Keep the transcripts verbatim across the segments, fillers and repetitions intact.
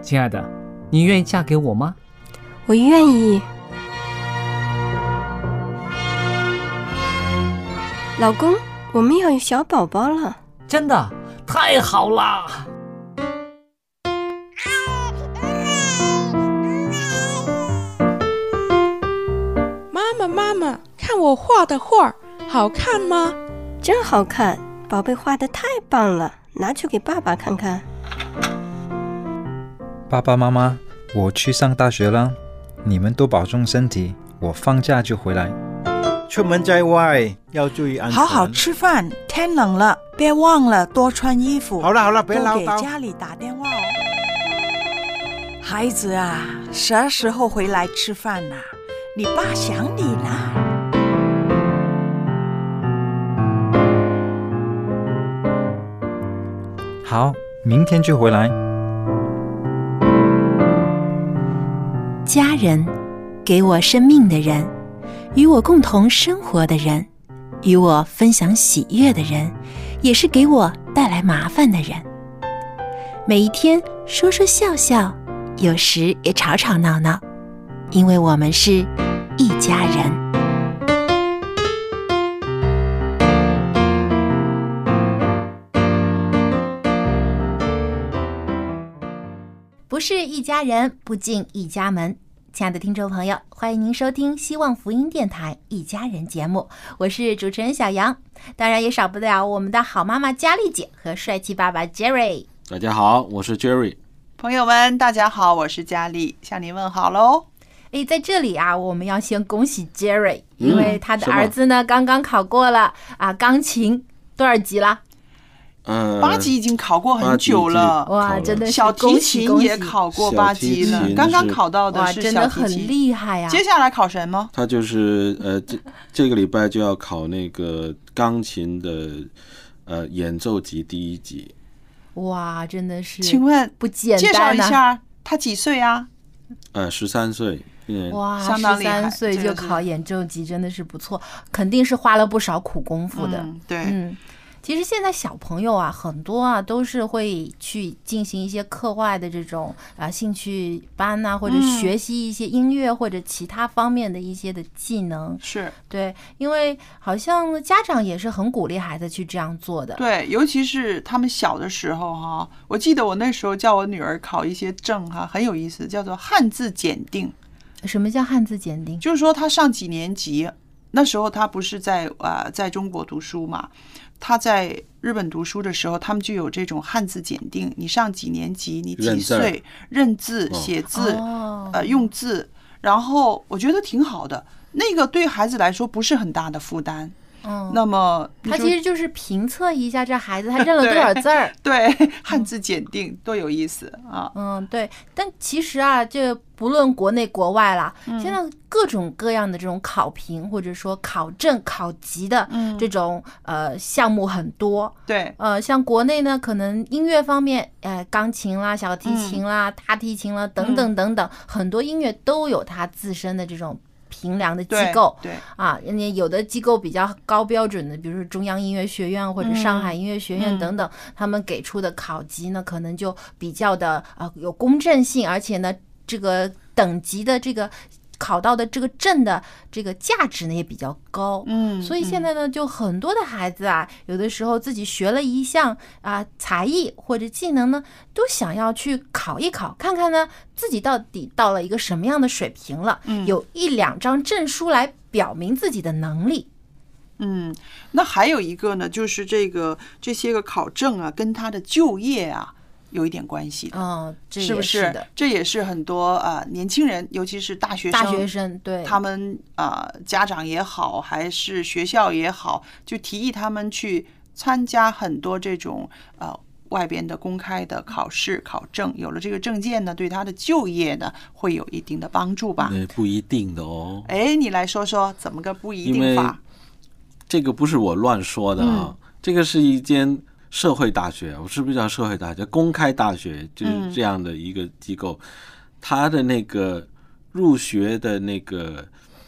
亲爱的，你愿意嫁给我吗？ 我愿意。老公，我们要有小宝宝了。 真的？太好了！ 妈妈，妈妈，看我画的画，好看吗？ 真好看，宝贝画得太棒了，拿去给爸爸看看。 爸爸妈妈，我去上大学了，你们都保重身体，我放假就回来。 出门在外要注意安全。 好好吃饭，天冷了，别忘了多穿衣服。 好了好了，别唠叨。 多给家里打电话哦。孩子啊，啥时候回来吃饭啊？你爸想你啦。 好，明天就回来。 家人，给我生命的人，与我共同生活的人，与我分享喜悦的人，也是给我带来麻烦的人。每一天说说笑笑，有时也吵吵闹闹，因为我们是一家人。不是一家人，不进一家门。亲爱的听众朋友，欢迎您收听希望福音电台一家人节目，我是主持人小杨，当然也少不了我们的好妈妈佳丽姐和帅气爸爸 Jerry。 大家好，我是 Jerry。 朋友们大家好，我是佳丽，向您问好喽。 诶，在这里啊，我们要先恭喜 Jerry， 因为他的儿子呢、嗯、刚刚考过了啊，钢琴多少级了？ 呃，八级已经考过很久了， 哇，真的是小提琴也考过八级了，刚刚考到的是小提琴， 真的很厉害呀、啊。 接下来考什么？ 他就是呃，这这个礼拜就要考那个钢琴的呃演奏级第一级。 哇，真的是， 请问不简单、啊。 介绍一下，他几岁啊？ 呃，十三岁。 哇，十三岁就考演奏级，真的是不错，肯定是花了不少苦功夫的。 嗯、对， 嗯。其实现在小朋友啊，很多啊都是会去进行一些课外的这种啊兴趣班啊，或者学习一些音乐或者其他方面的一些的技能。 是对，因为好像家长也是很鼓励孩子去这样做的。 对，尤其是他们小的时候哈，我记得我那时候叫我女儿考一些证哈，很有意思，叫做汉字检定。 什么叫汉字检定？ 就是说他上几年级，那时候他不是在呃在中国读书嘛。他在日本读书的时候，他们就有这种汉字检定，你上几年级，你几岁，认字、写字、哦、呃用字，然后我觉得挺好的，那个对孩子来说不是很大的负担。嗯，那么他其实就是评测一下这孩子他认了多少字儿。 对，对，汉字检定、嗯、多有意思啊！ 嗯，对。但其实啊，这不论国内国外啦，嗯、现在各种各样的这种考评或者说考证、考级的这种、嗯、呃项目很多。 对， 呃，像国内呢，可能音乐方面，呃，钢琴啦、小提琴啦、嗯、大提琴啦等等等等、嗯，很多音乐都有它自身的这种评量的机构。 对，对啊，有的机构比较高标准的，比如说中央音乐学院或者上海音乐学院等等，嗯、他们给出的考级呢，可能就比较的呃有公正性，而且呢，这个等级的这个考到的这个证的这个价值呢也比较高。 嗯， 所以现在呢，就很多的孩子啊，有的时候自己学了一项啊才艺或者技能呢，都想要去考一考，看看呢自己到底到了一个什么样的水平了。嗯，有一两张证书来表明自己的能力。 嗯，那还有一个呢，就是这个这些个考证啊，跟他的就业啊有一点关系的。 嗯，这也是不是？这也是很多啊、呃、年轻人，尤其是大学生， 大学生对他们啊、呃、家长也好，还是学校也好，就提议他们去参加很多这种呃外边的公开的考试考证，有了这个证件呢，对他的就业呢会有一定的帮助吧？ 呃，不一定的哦。 哎，你来说说怎么个不一定法？ 这个不是我乱说的啊、嗯，这个是一间社会大学，我是不是叫社会大学？公开大学就是这样的一个机构，嗯、它的那个入学的那个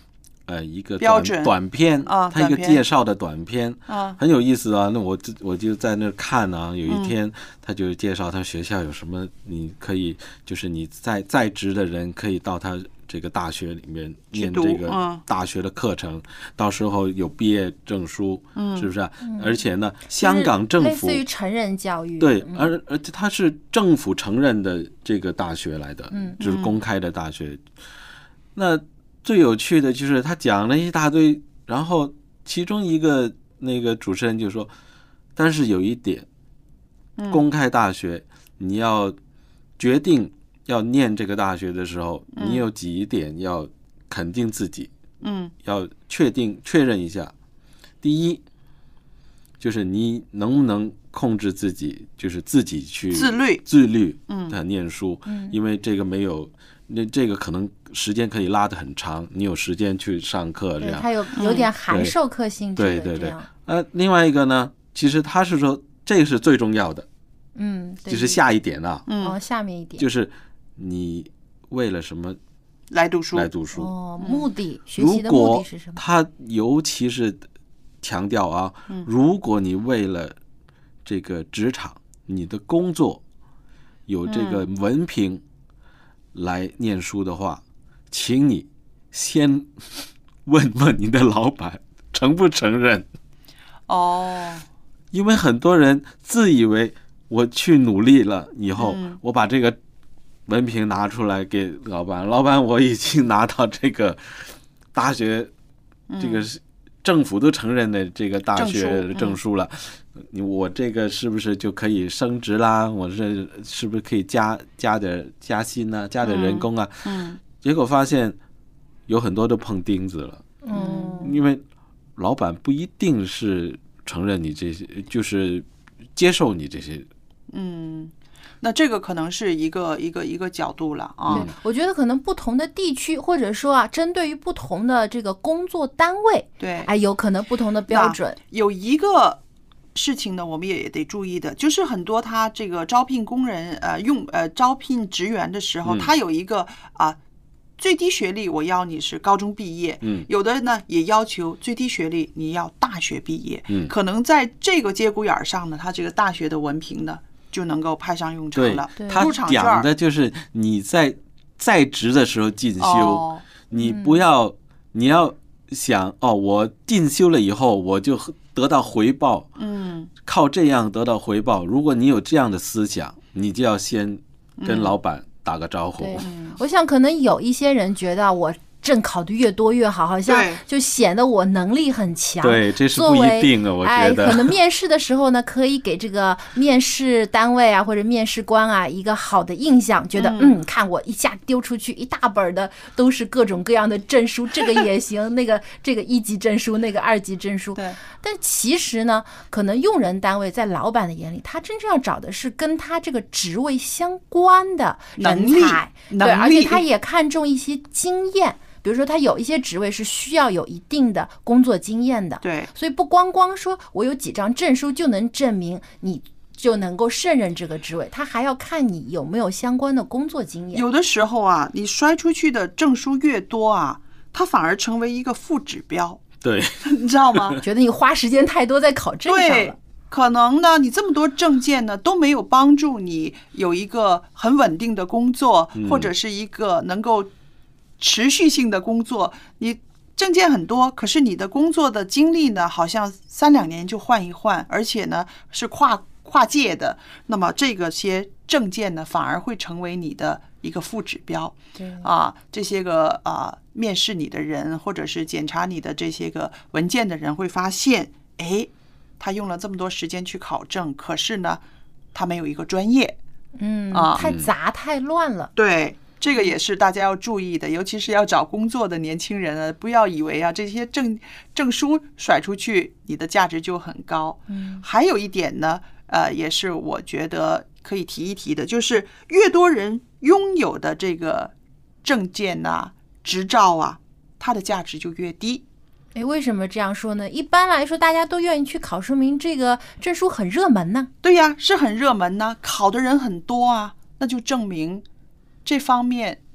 呃一个标准短短片啊， 他一个短片介绍的短片啊， 很有意思啊。那我我就在那看啊，有一天他就介绍他学校有什么，你可以就是你在在职的人可以到他这个大学里面念这个大学的课程，到时候有毕业证书，是不是啊？而且呢，香港政府类似于成人教育， 对，而而且它是政府承认的这个大学来的，就是公开的大学。那最有趣的就是他讲了一大堆，然后其中一个那个主持人就说，但是有一点，公开大学你要决定要念这个大学的时候，你有几点要肯定自己，嗯，要确定确认一下。第一，就是你能不能控制自己，就是自己去自律自律的念书，嗯，因为这个没有，那这个可能时间可以拉得很长，你有时间去上课，这样它有有点函授课性质的， 对对对。呃，另外一个呢，其实他是说这个是最重要的， 嗯， 就是下一点啊， 嗯，哦，下面一点就是你为了什么来读书？ 来读书哦，目的学习的目的是什么？ 他尤其是强调啊，如果你为了这个职场、你的工作有这个文凭来念书的话，请你先问问你的老板承不承认。 哦， 因为很多人自以为我去努力了以后，嗯、我把这个文凭拿出来给老板，老板我已经拿到这个大学，嗯、这个政府都承认的这个大学证书了，你、嗯、我这个是不是就可以升职啦？我是是不是可以加加点加薪啊，加点人工啊？ 嗯，嗯结果发现有很多都碰钉子了，嗯，因为老板不一定是承认你这些，就是接受你这些， 嗯。那这个可能是一个一个一个角度了啊。 对，我觉得可能不同的地区，或者说啊，针对于不同的这个工作单位， 对， 哎，有可能不同的标准。 有一个事情呢，我们也得注意的，就是很多他这个招聘工人呃用呃招聘职员的时候， 嗯、 他有一个啊。最低学历我要你是高中毕业， 嗯， 有的呢也要求最低学历你要大学毕业， 嗯， 可能在这个节骨眼上呢，他这个大学的文凭呢就能够派上用场了。 他讲的就是你在在职的时候进修， 哦、 你不要、嗯、你要想哦，我进修了以后我就得到回报， 嗯， 靠这样得到回报。如果你有这样的思想，你就要先跟老板、嗯。打个招呼。 我想可能有一些人觉得我证考的越多越好，好像就显得我能力很强。 对，这是不一定的，我觉得。 哎，可能面试的时候呢，可以给这个面试单位啊或者面试官啊一个好的印象，觉得嗯，嗯看我一下丢出去一大本的都是各种各样的证书，这个也行，那个这个一级证书，那个二级证书。 对。 但其实呢，可能用人单位在老板的眼里，他真正要找的是跟他这个职位相关的人才，对，而且他也看重一些经验。比如说他有一些职位是需要有一定的工作经验的， 对， 所以不光光说我有几张证书就能证明你就能够胜任这个职位，他还要看你有没有相关的工作经验。 有的时候啊，你摔出去的证书越多啊，它反而成为一个副指标， 对， 你知道吗？ 觉得你花时间太多在考证上了。 可能呢，你这么多证件呢都没有帮助你有一个很稳定的工作， 嗯、 或者是一个能够持续性的工作。你证件很多，可是你的工作的经历呢，好像三两年就换一换，而且呢是跨跨界的。那么这个些证件呢，反而会成为你的一个副指标。 对啊，这些个啊面试你的人，或者是检查你的这些个文件的人，会发现，哎，他用了这么多时间去考证，可是呢，他没有一个专业， 嗯啊， 太杂太乱了。 对。这个也是大家要注意的，尤其是要找工作的年轻人啊，不要以为啊这些证证书甩出去，你的价值就很高。 嗯， 还有一点呢，呃，也是我觉得可以提一提的，就是越多人拥有的这个证件啊、执照啊，它的价值就越低。 哎，为什么这样说呢？一般来说，大家都愿意去考，说明这个证书很热门呢。 对呀，是很热门呢，考的人很多啊，那就证明这方面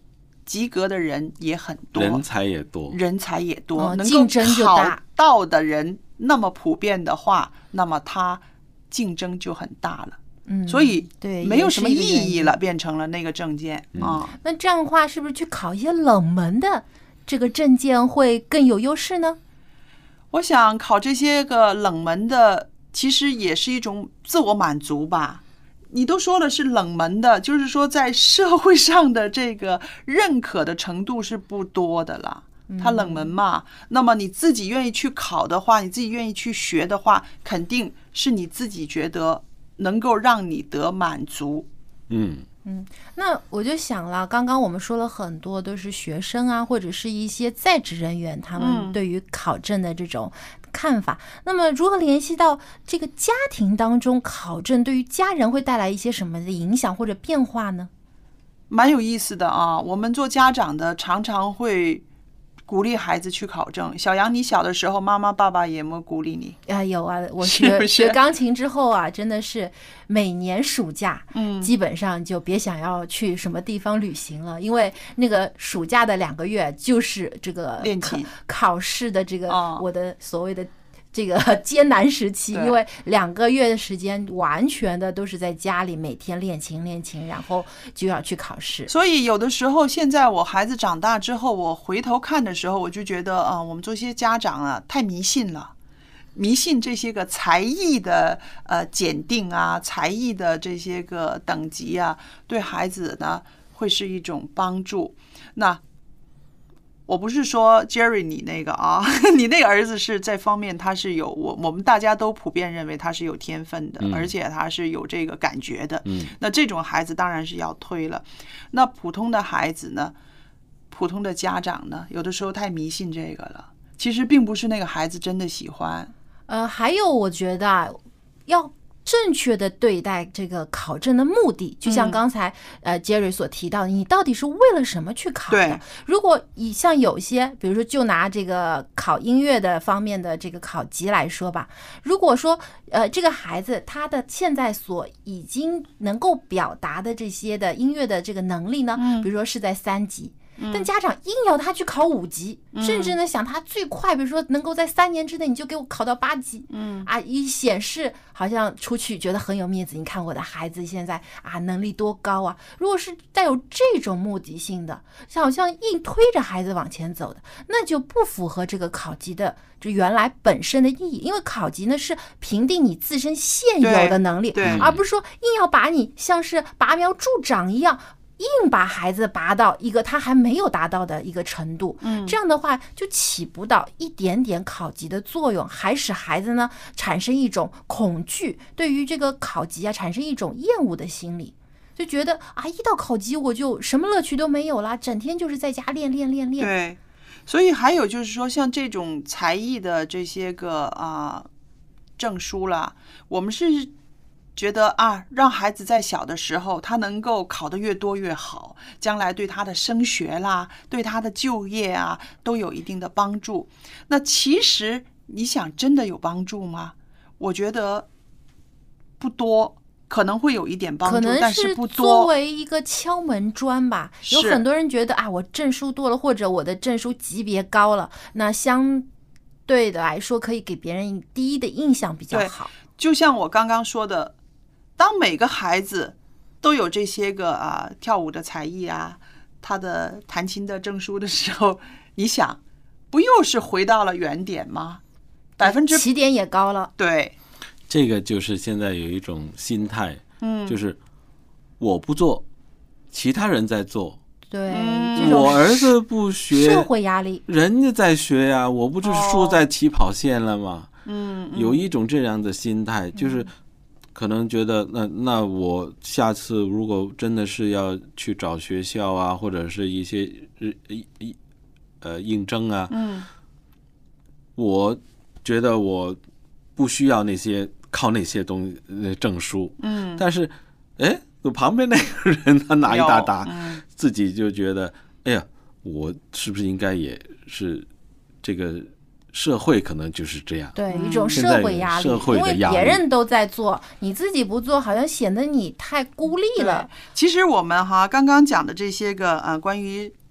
及格的人也很多， 人才也多， 人才也多， 哦、 能竞争就大。 考到的人那么普遍的话，那么他竞争就很大了。 嗯， 所以对， 没有什么意义了，变成了那个证件啊、 嗯。那这样的话，是不是去考一些冷门的这个证件会更有优势呢？ 我想考这些个冷门的，其实也是一种自我满足吧。你都说了是冷门的，就是说在社会上的这个认可的程度是不多的了。它冷门嘛，那么你自己愿意去考的话，你自己愿意去学的话，肯定是你自己觉得能够让你得满足。 嗯嗯，那我就想了，刚刚我们说了很多都是学生啊，或者是一些在职人员他们对于考证的这种看法、嗯、那么如何联系到这个家庭当中，考证对于家人会带来一些什么的影响或者变化呢？ 蛮有意思的啊，我们做家长的常常会鼓励孩子去考证。小杨，你小的时候妈妈爸爸有没有鼓励你？ 啊，有啊，我学是是学钢琴之后啊，真的是每年暑假，嗯，基本上就别想要去什么地方旅行了，因为那个暑假的两个月就是这个练琴考试的这个我的所谓的这个艰难时期，因为两个月的时间完全的都是在家里每天练琴练琴，然后就要去考试。 所以有的时候现在我孩子长大之后，我回头看的时候，我就觉得啊、呃，我们这些家长啊太迷信了，迷信这些个才艺的呃检定啊，才艺的这些个等级啊，对孩子呢会是一种帮助。那我不是说 Jerry 你那个啊，你那个儿子是这方面他是有我我们大家都普遍认为他是有天分的、嗯、而且他是有这个感觉的、嗯、那这种孩子当然是要推了。那普通的孩子呢，普通的家长呢，有的时候太迷信这个了，其实并不是那个孩子真的喜欢。 呃，还有我觉得啊，要正确的对待这个考证的目的，就像刚才、嗯、呃 Jerry 所提到的，你到底是为了什么去考的？如果以像有些，比如说就拿这个考音乐的方面的这个考级来说吧，如果说呃这个孩子他的现在所已经能够表达的这些的音乐的这个能力呢，嗯、比如说是在三级。但家长硬要他去考五级、嗯、甚至呢想他最快比如说能够在三年之内你就给我考到八级，嗯啊，以显示好像出去觉得很有面子，你看我的孩子现在啊能力多高啊。如果是带有这种目的性的，好像硬推着孩子往前走的，那就不符合这个考级的就原来本身的意义。因为考级呢是评定你自身现有的能力， 对对， 而不是说硬要把你像是拔苗助长一样硬把孩子拔到一个他还没有达到的一个程度，嗯，这样的话就起不到一点点考级的作用，还使孩子呢产生一种恐惧，对于这个考级啊产生一种厌恶的心理，就觉得啊一到考级我就什么乐趣都没有啦，整天就是在家练练练练。 对，所以还有就是说像这种才艺的这些个啊、呃、证书啦，我们是觉得啊，让孩子在小的时候他能够考得越多越好，将来对他的升学啦，对他的就业啊都有一定的帮助。那其实你想真的有帮助吗？我觉得不多，可能会有一点帮助，但是不多。 作为一个敲门砖吧，有很多人觉得啊，我证书多了，或者我的证书级别高了，那相对的来说可以给别人第一的印象比较好。 就像我刚刚说的，当每个孩子都有这些个啊跳舞的才艺啊，他的弹琴的证书的时候，你想，不又是回到了原点吗？百分之起点也高了。 对， 这个就是现在有一种心态，嗯，就是我不做，其他人在做。 对， 嗯、我儿子不学， 社会压力， 人家在学呀、啊，我不就是输在起跑线了吗？ 嗯、哦， 有一种这样的心态，嗯、就是。可能觉得那那我下次如果真的是要去找学校啊，或者是一些呃应征啊，嗯，我觉得我不需要那些靠那些东西证书，嗯，但是哎，旁边那个人他拿一大沓，嗯、自己就觉得哎呀，我是不是应该也是这个？社会可能就是这样， 对，一种社会压力， 社会的压力， 因为别人都在做，你自己不做，好像显得你太孤立了。 其实我们哈刚刚讲的这些个呃关于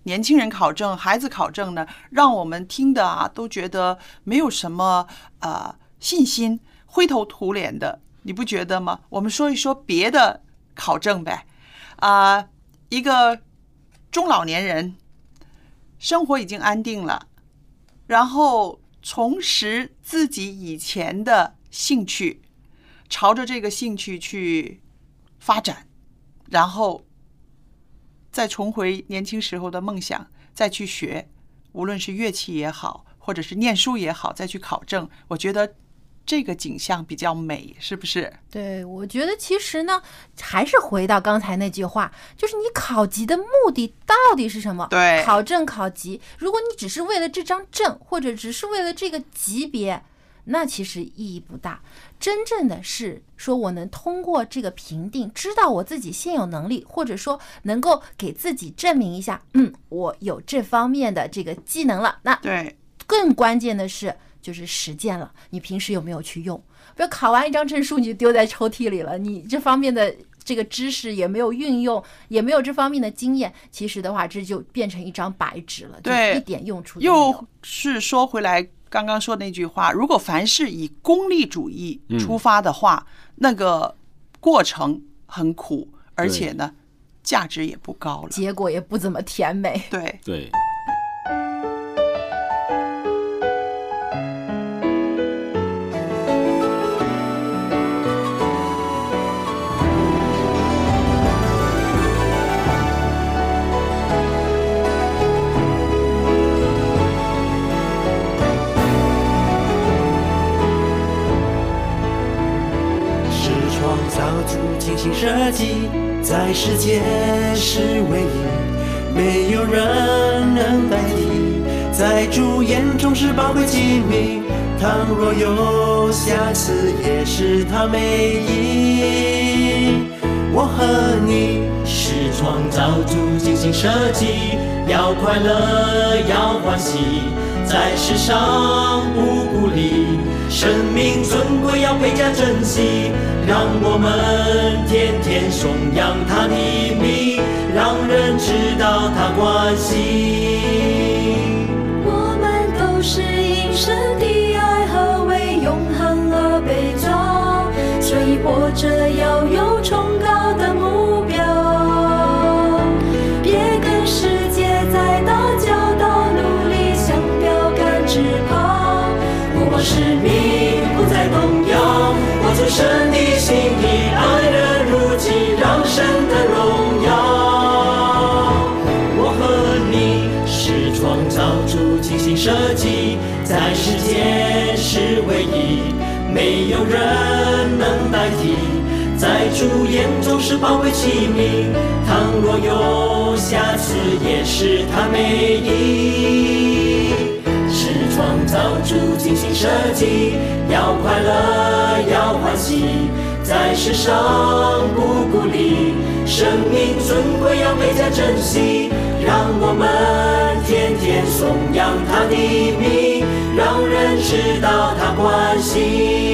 年轻人考证、孩子考证呢，让我们听的啊都觉得没有什么呃信心，灰头土脸的，你不觉得吗？我们说一说别的考证呗。啊、呃，一个中老年人，生活已经安定了，然后重拾自己以前的兴趣，朝着这个兴趣去发展，然后再重回年轻时候的梦想，再去学，无论是乐器也好，或者是念书也好，再去考证，我觉得这个景象比较美，是不是？ 对，我觉得其实呢，还是回到刚才那句话，就是你考级的目的到底是什么？ 对， 考证考级，如果你只是为了这张证，或者只是为了这个级别，那其实意义不大。真正的是说我能通过这个评定，知道我自己现有能力，或者说能够给自己证明一下，嗯，我有这方面的这个技能了。那对， 更关键的是就是实践了，你平时有没有去用？比如考完一张证书你就丢在抽屉里了，你这方面的这个知识也没有运用，也没有这方面的经验，其实的话这就变成一张白纸了，就一点用处都没有。 又是说回来刚刚说那句话，如果凡是以功利主义出发的话、嗯、那个过程很苦，而且呢价值也不高了， 结果也不怎么甜美。 对对。 精心设计，在世界是唯一，没有人能代替，在主眼中是宝贵器皿，倘若有瑕疵也是它美意。我和你是创造主精心设计，要快乐要欢喜，在世上不孤立，生命尊贵要倍加珍惜，让我们天天颂扬他的名，让人知道他关心。 我们都是因神的爱和为永恒而被造，所以活着要有崇高的目标，别跟世界在打交道，努力向标杆直跑，不忘使命不再动摇，活出神的心意，爱人如己，让神的荣耀。我和你是创造主精心设计，在世间是唯一，没有人能代替，在主眼中是宝贵器皿，倘若有瑕疵也是他美意。是创造主精心设计，要快乐要欢喜，在世上不孤立，生命尊贵要倍加珍惜，让我们天天颂扬他的名，让人知道他关心。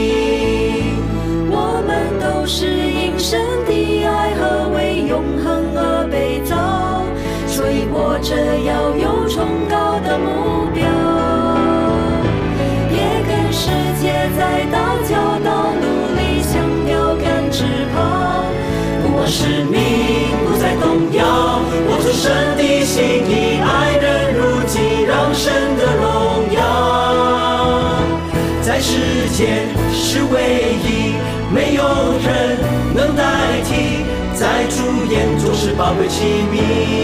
我们都是因神的爱和为永恒而被造，所以活着要有崇高的目标，别跟世界在打交道，努力向标杆直跑，不忘使命不再动摇，活出神的心意，爱人如己，让神的荣耀。在世间是唯一，没有人能代替，在主眼中是宝贵器皿，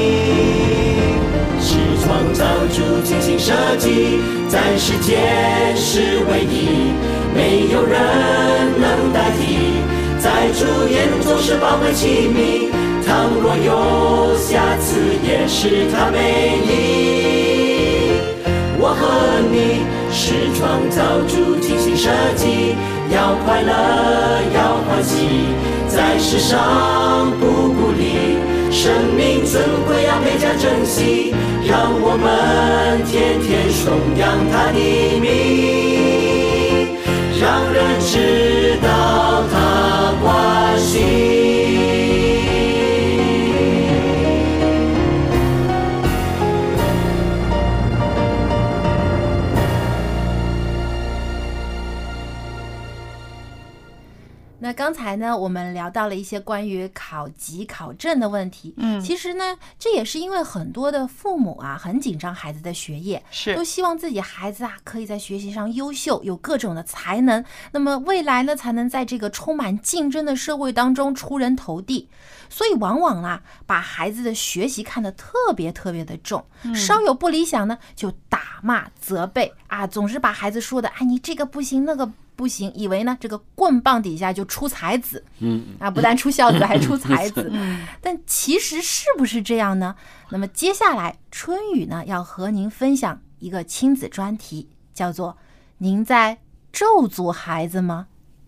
是创造主精心设计，在世间是唯一，没有人能代替，在主眼中是宝贵器皿，倘若有瑕疵也是他美意。我和你是创造主精心设计，要快乐要欢喜，在世上不孤立，生命尊贵要倍加珍惜，让我们天天颂扬他的名，让人知道他关心。 来呢，我们聊到了一些关于考级考证的问题。嗯，其实呢，这也是因为很多的父母啊，很紧张孩子的学业， 是都希望自己孩子啊可以在学习上优秀，有各种的才能，那么未来呢才能在这个充满竞争的社会当中出人头地。所以往往啊，把孩子的学习看得特别特别的重，嗯、稍有不理想呢，就打骂责备啊，总是把孩子说的，哎，你这个不行，那个不行，以为呢这个棍棒底下就出才子，嗯啊，不但出孝子，还出才子。嗯，但其实是不是这样呢？那么接下来春雨呢要和您分享一个亲子专题，叫做“您在咒诅孩子吗？”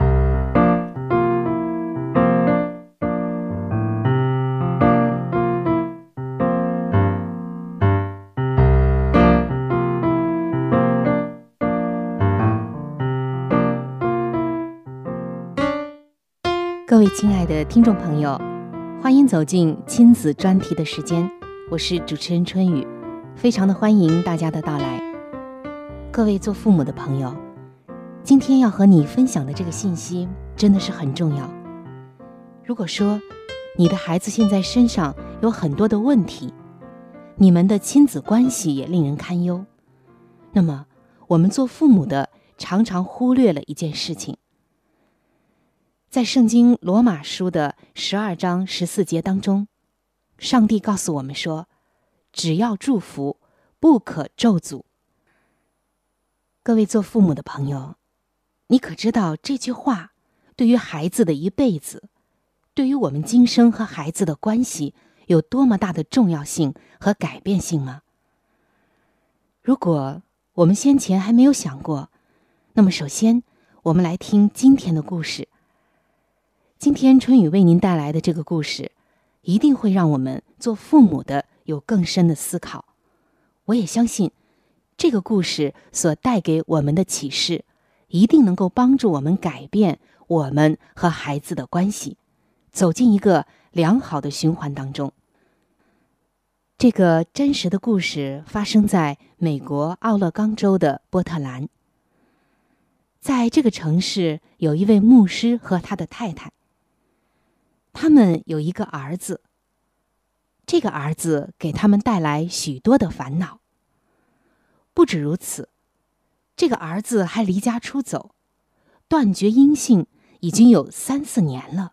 各位亲爱的听众朋友，欢迎走进亲子专题的时间，我是主持人春雨，非常的欢迎大家的到来。各位做父母的朋友，今天要和你分享的这个信息真的是很重要。如果说你的孩子现在身上有很多的问题，你们的亲子关系也令人堪忧，那么我们做父母的常常忽略了一件事情。在圣经罗马书的十二章十四节当中，上帝告诉我们说，只要祝福，不可咒诅。各位做父母的朋友，你可知道这句话对于孩子的一辈子，对于我们今生和孩子的关系有多么大的重要性和改变性吗？如果我们先前还没有想过，那么首先我们来听今天的故事。今天春雨为您带来的这个故事，一定会让我们做父母的有更深的思考。我也相信，这个故事所带给我们的启示，一定能够帮助我们改变我们和孩子的关系，走进一个良好的循环当中。这个真实的故事发生在美国奥勒冈州的波特兰。在这个城市，有一位牧师和他的太太。他们有一个儿子，这个儿子给他们带来许多的烦恼。不止如此，这个儿子还离家出走，断绝音信已经有三四年了。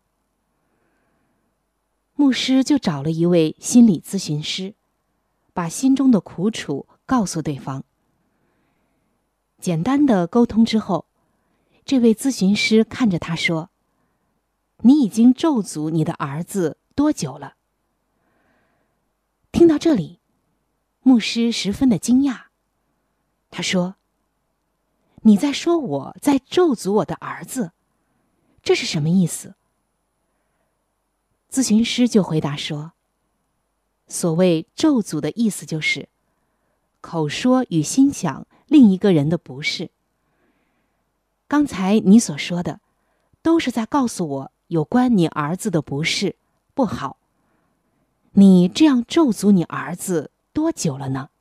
牧师就找了一位心理咨询师，把心中的苦楚告诉对方。简单的沟通之后，这位咨询师看着他说，你已经咒诅你的儿子多久了？听到这里，牧师十分的惊讶。他说，你在说我在咒诅我的儿子，这是什么意思？咨询师就回答说，所谓咒诅的意思就是口说与心想另一个人的不是。刚才你所说的都是在告诉我有关你儿子的不是不好。你这样咒诅你儿子多久了呢？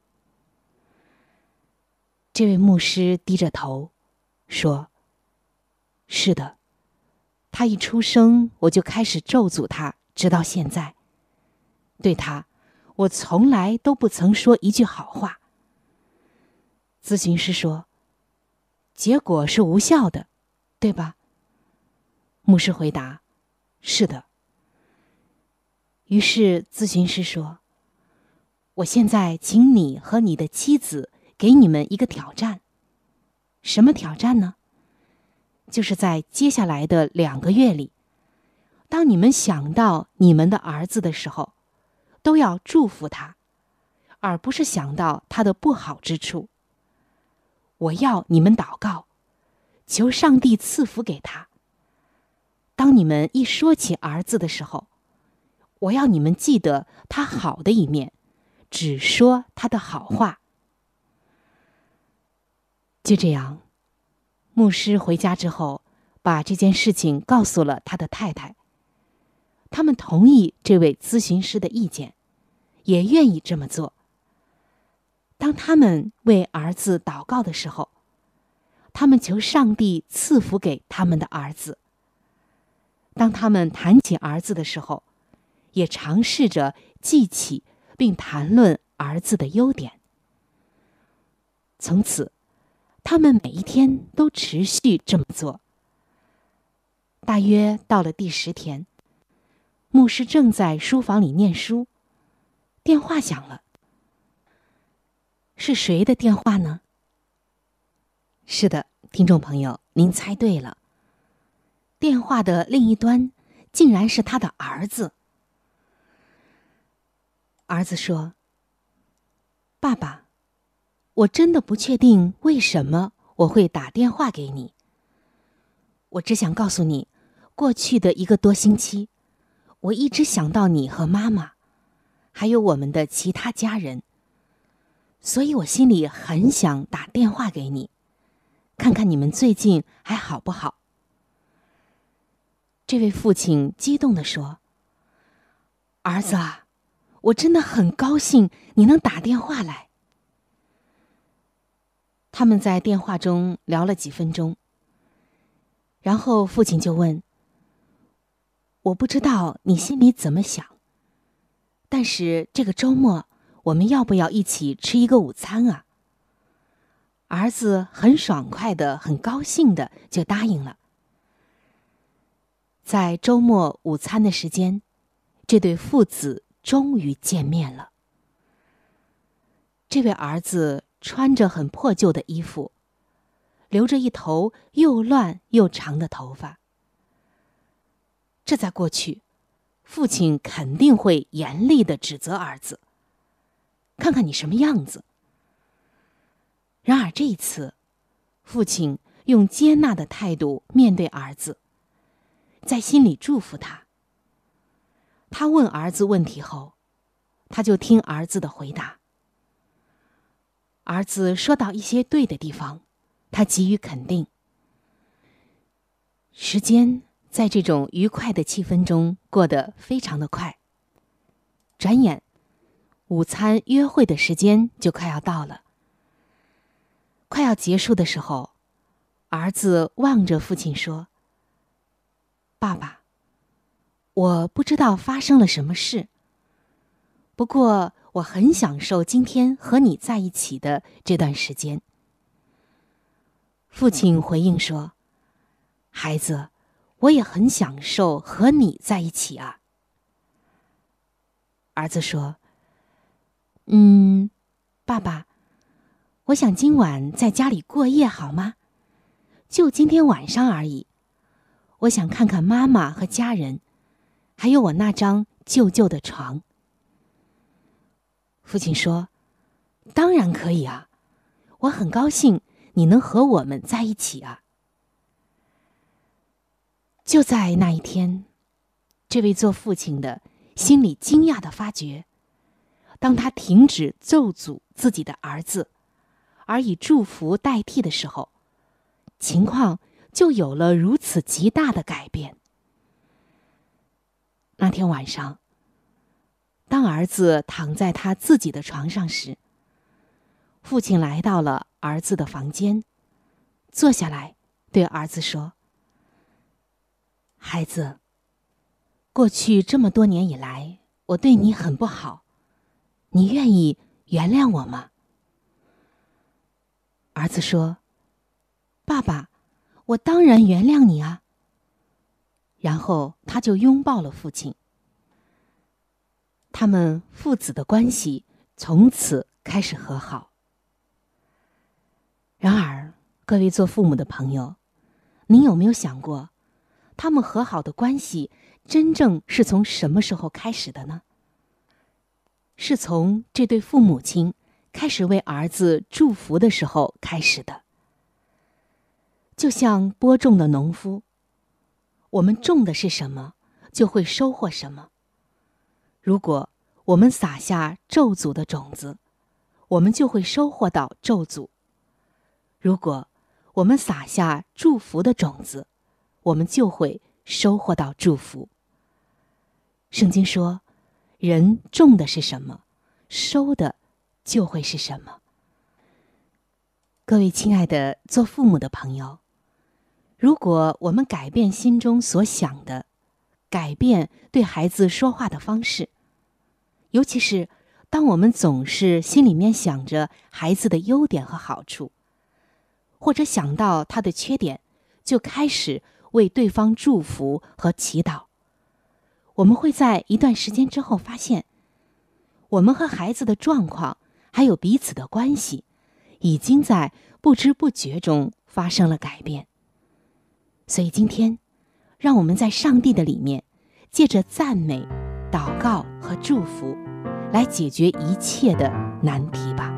这位牧师低着头说，是的，他一出生我就开始咒诅他，直到现在。对他，我从来都不曾说一句好话。咨询师说，结果是无效的，对吧？牧师回答，是的。于是咨询师说，我现在请你和你的妻子给你们一个挑战。什么挑战呢？就是在接下来的两个月里，当你们想到你们的儿子的时候，都要祝福他，而不是想到他的不好之处。我要你们祷告，求上帝赐福给他。当你们一说起儿子的时候，我要你们记得他好的一面，只说他的好话。就这样，牧师回家之后，把这件事情告诉了他的太太。他们同意这位咨询师的意见，也愿意这么做。当他们为儿子祷告的时候，他们求上帝赐福给他们的儿子。 当他们谈起儿子的时候，也尝试着记起并谈论儿子的优点。从此，他们每一天都持续这么做。大约到了第十天，牧师正在书房里念书，电话响了。是谁的电话呢？是的，听众朋友，您猜对了。电话的另一端竟然是他的儿子。儿子说：“爸爸，我真的不确定为什么我会打电话给你。我只想告诉你，过去的一个多星期，我一直想到你和妈妈，还有我们的其他家人，所以我心里很想打电话给你，看看你们最近还好不好。”这位父亲激动地说：“儿子啊，我真的很高兴你能打电话来。”他们在电话中聊了几分钟，然后父亲就问：“我不知道你心里怎么想，但是这个周末我们要不要一起吃一个午餐啊？”儿子很爽快的、很高兴的就答应了。在周末午餐的时间，这对父子终于见面了。这位儿子穿着很破旧的衣服，留着一头又乱又长的头发。这在过去，父亲肯定会严厉地指责儿子：“看看你什么样子。”然而这一次，父亲用接纳的态度面对儿子，在心里祝福他。他问儿子问题后，他就听儿子的回答。儿子说到一些对的地方，他给予肯定。时间在这种愉快的气氛中过得非常的快。转眼，午餐约会的时间就快要到了。快要结束的时候，儿子望着父亲说：“爸爸，我不知道发生了什么事，不过我很享受今天和你在一起的这段时间。”父亲回应说：“孩子，我也很享受和你在一起啊。”儿子说：“嗯，爸爸，我想今晚在家里过夜好吗？就今天晚上而已。我想看看妈妈和家人，还有我那张旧旧的床。”父亲说：“当然可以啊，我很高兴你能和我们在一起啊。”就在那一天，这位做父亲的心里惊讶地发觉，当他停止咒诅自己的儿子，而以祝福代替的时候，情况就有了如此极大的改变。那天晚上，当儿子躺在他自己的床上时，父亲来到了儿子的房间，坐下来对儿子说：“孩子，过去这么多年以来，我对你很不好，你愿意原谅我吗？”儿子说：“爸爸，我当然原谅你啊。”然后他就拥抱了父亲。他们父子的关系从此开始和好。然而，各位做父母的朋友，您有没有想过，他们和好的关系真正是从什么时候开始的呢？是从这对父母亲开始为儿子祝福的时候开始的。就像播种的农夫，我们种的是什么，就会收获什么。如果我们撒下咒诅的种子，我们就会收获到咒诅；如果我们撒下祝福的种子，我们就会收获到祝福。圣经说，人种的是什么，收的就会是什么。各位亲爱的做父母的朋友，如果我们改变心中所想的、 改变对孩子说话的方式，尤其是当我们总是心里面想着孩子的优点和好处，或者想到他的缺点，就开始为对方祝福和祈祷，我们会在一段时间之后发现，我们和孩子的状况还有彼此的关系，已经在不知不觉中发生了改变。所以今天，让我们在上帝的里面，借着赞美、祷告和祝福，来解决一切的难题吧。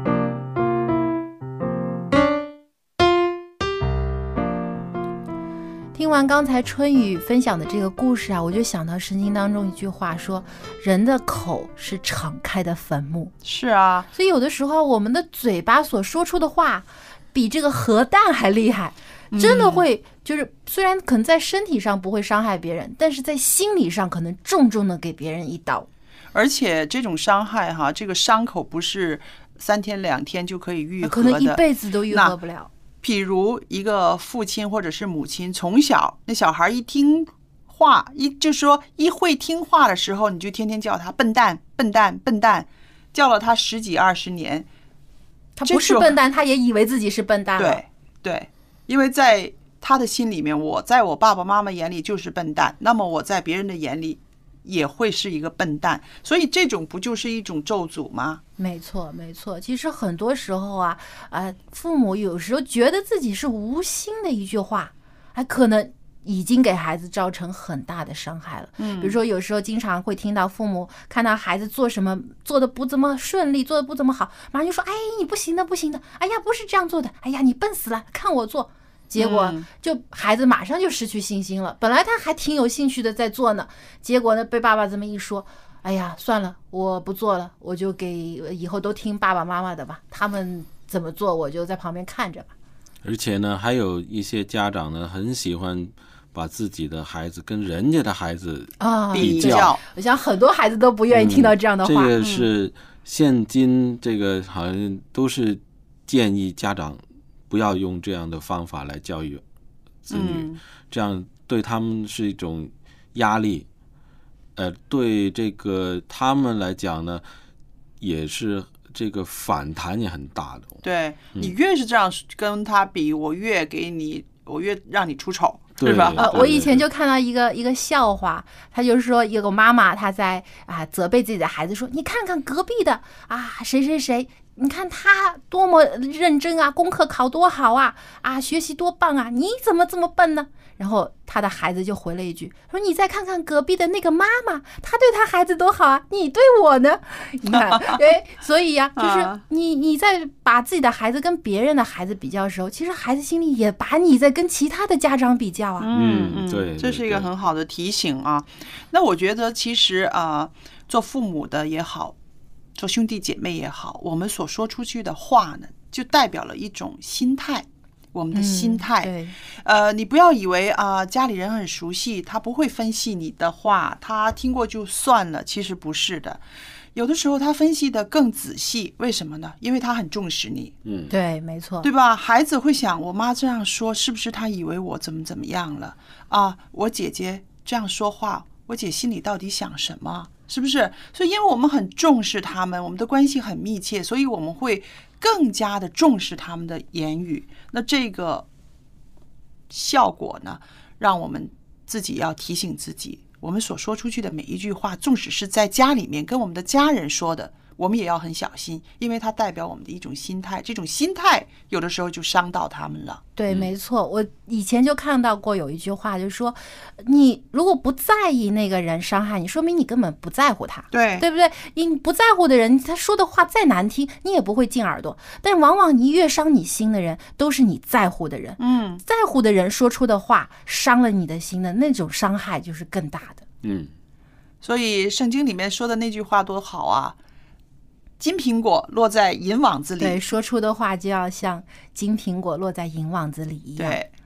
听完刚才春雨分享的这个故事啊，我就想到圣经当中一句话说，人的口是敞开的坟墓。 是啊， 所以有的时候我们的嘴巴所说出的话比这个核弹还厉害，真的会就是虽然可能在身体上不会伤害别人，但是在心理上可能重重的给别人一刀。 而且这种伤害哈，这个伤口不是三天两天就可以愈合的， 可能一辈子都愈合不了。 譬如一个父亲或者是母亲，从小那小孩一听话，一就说一会听话的时候，你就天天叫他笨蛋笨蛋笨蛋，叫了他十几二十年， 他不是笨蛋，他也以为自己是笨蛋了。 对对，因为在他的心里面，我在我爸爸妈妈眼里就是笨蛋，那么我在别人的眼里也会是一个笨蛋，所以这种不就是一种咒诅吗？ 没错没错，其实很多时候啊，呃，父母有时候觉得自己是无心的一句话，还可能已经给孩子造成很大的伤害了。嗯，比如说有时候经常会听到父母看到孩子做什么做的不怎么顺利，做的不怎么好，马上就说：“哎，你不行的，不行的！哎呀，不是这样做的！哎呀，你笨死了！看我做。”结果就孩子马上就失去信心了。本来他还挺有兴趣的在做呢，结果呢被爸爸这么一说，哎呀，算了，我不做了，我就给以后都听爸爸妈妈的吧，他们怎么做我就在旁边看着吧。 而且呢，还有一些家长呢，很喜欢把自己的孩子跟人家的孩子比较。 啊、我想很多孩子都不愿意听到这样的话。 嗯、这个是现今这个好像都是建议家长不要用这样的方法来教育子女，嗯、这样对他们是一种压力。呃，对这个他们来讲呢，也是这个反弹也很大的。 对、嗯、你越是这样跟他比，我越给你，我越让你出丑，是吧？ 呃，我以前就看到一个一个笑话，他就是说有个妈妈她在啊责备自己的孩子说：“你看看隔壁的啊谁谁谁。”你看他多么认真啊，功课考多好啊，啊，学习多棒啊，你怎么这么笨呢？然后他的孩子就回了一句，说你再看看隔壁的那个妈妈，她对他孩子多好啊，你对我呢？你看，对，所以呀、啊，就是你你在把自己的孩子跟别人的孩子比较的时候，其实孩子心里也把你在跟其他的家长比较啊。 嗯嗯，对，这是一个很好的提醒啊。那我觉得其实啊、呃，做父母的也好，做兄弟姐妹也好，我们所说出去的话呢，就代表了一种心态，我们的心态。嗯、对，呃，你不要以为啊、呃，家里人很熟悉，他不会分析你的话，他听过就算了。其实不是的，有的时候他分析的更仔细。为什么呢？因为他很重视你。 嗯，对，没错， 对吧？孩子会想，我妈这样说，是不是他以为我怎么怎么样了啊？我姐姐这样说话，我姐心里到底想什么？是不是？所以因为我们很重视他们，我们的关系很密切，所以我们会更加的重视他们的言语。那这个效果呢，让我们自己要提醒自己，我们所说出去的每一句话，纵使是在家里面跟我们的家人说的，我们也要很小心，因为它代表我们的一种心态，这种心态有的时候就伤到他们了。 对，没错，我以前就看到过有一句话，就是说，你如果不在意那个人伤害你，说明你根本不在乎他， 对， 对不对？你不在乎的人，他说的话再难听，你也不会进耳朵。但往往你越伤你心的人，都是你在乎的人。 嗯， 在乎的人说出的话，伤了你的心的那种伤害就是更大的。 嗯， 所以圣经里面说的那句话多好啊！金苹果落在银网子里， 对，说出的话就要像金苹果落在银网子里一样。 对。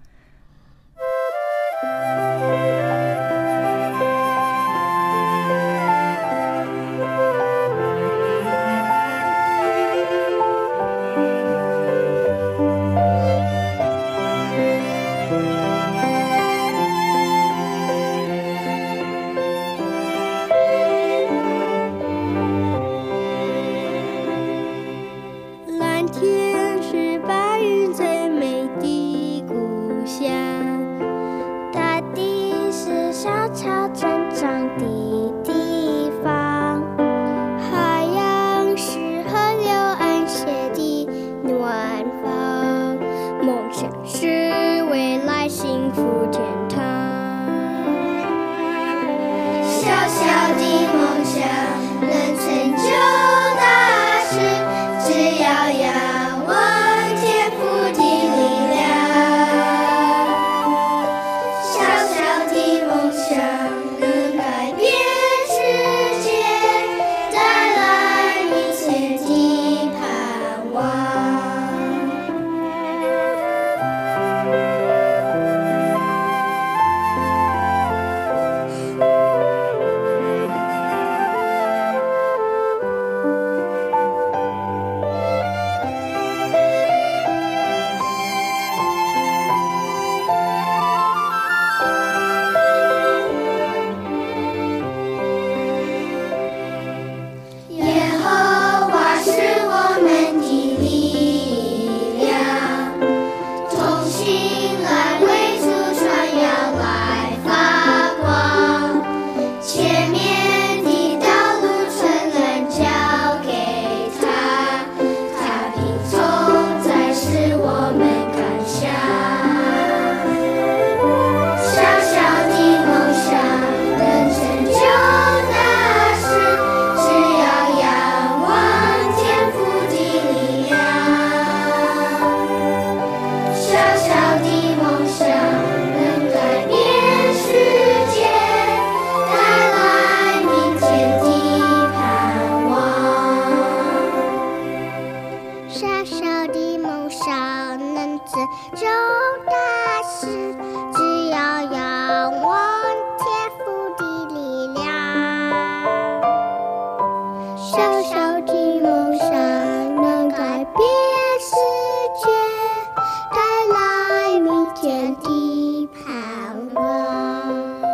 小小的梦想能改变世界，带来明天的盼望。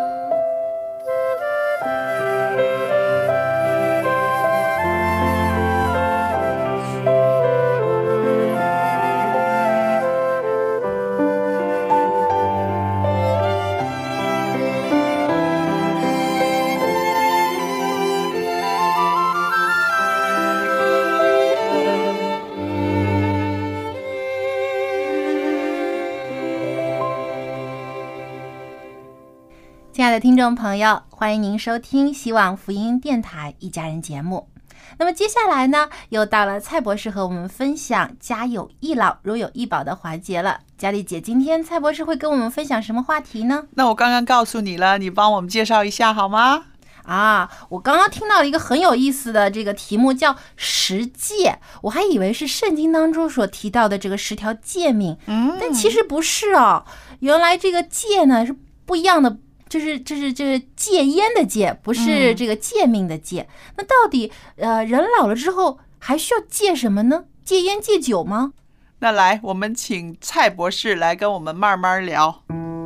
亲爱的听众朋友，欢迎您收听希望福音电台一家人节目。那么接下来呢，又到了蔡博士和我们分享家有一老如有一宝的环节了。佳丽姐，今天蔡博士会跟我们分享什么话题呢？ 那我刚刚告诉你了，你帮我们介绍一下好吗？ 啊，我刚刚听到了一个很有意思的这个题目，叫十诫，我还以为是圣经当中所提到的这个十条诫命，嗯，但其实不是哦。原来这个诫呢是不一样的，就是就是就是戒烟的戒，不是这个诫命的戒。嗯、那到底呃人老了之后还需要戒什么呢？戒烟戒酒吗？ 那来，我们请蔡博士来跟我们慢慢聊。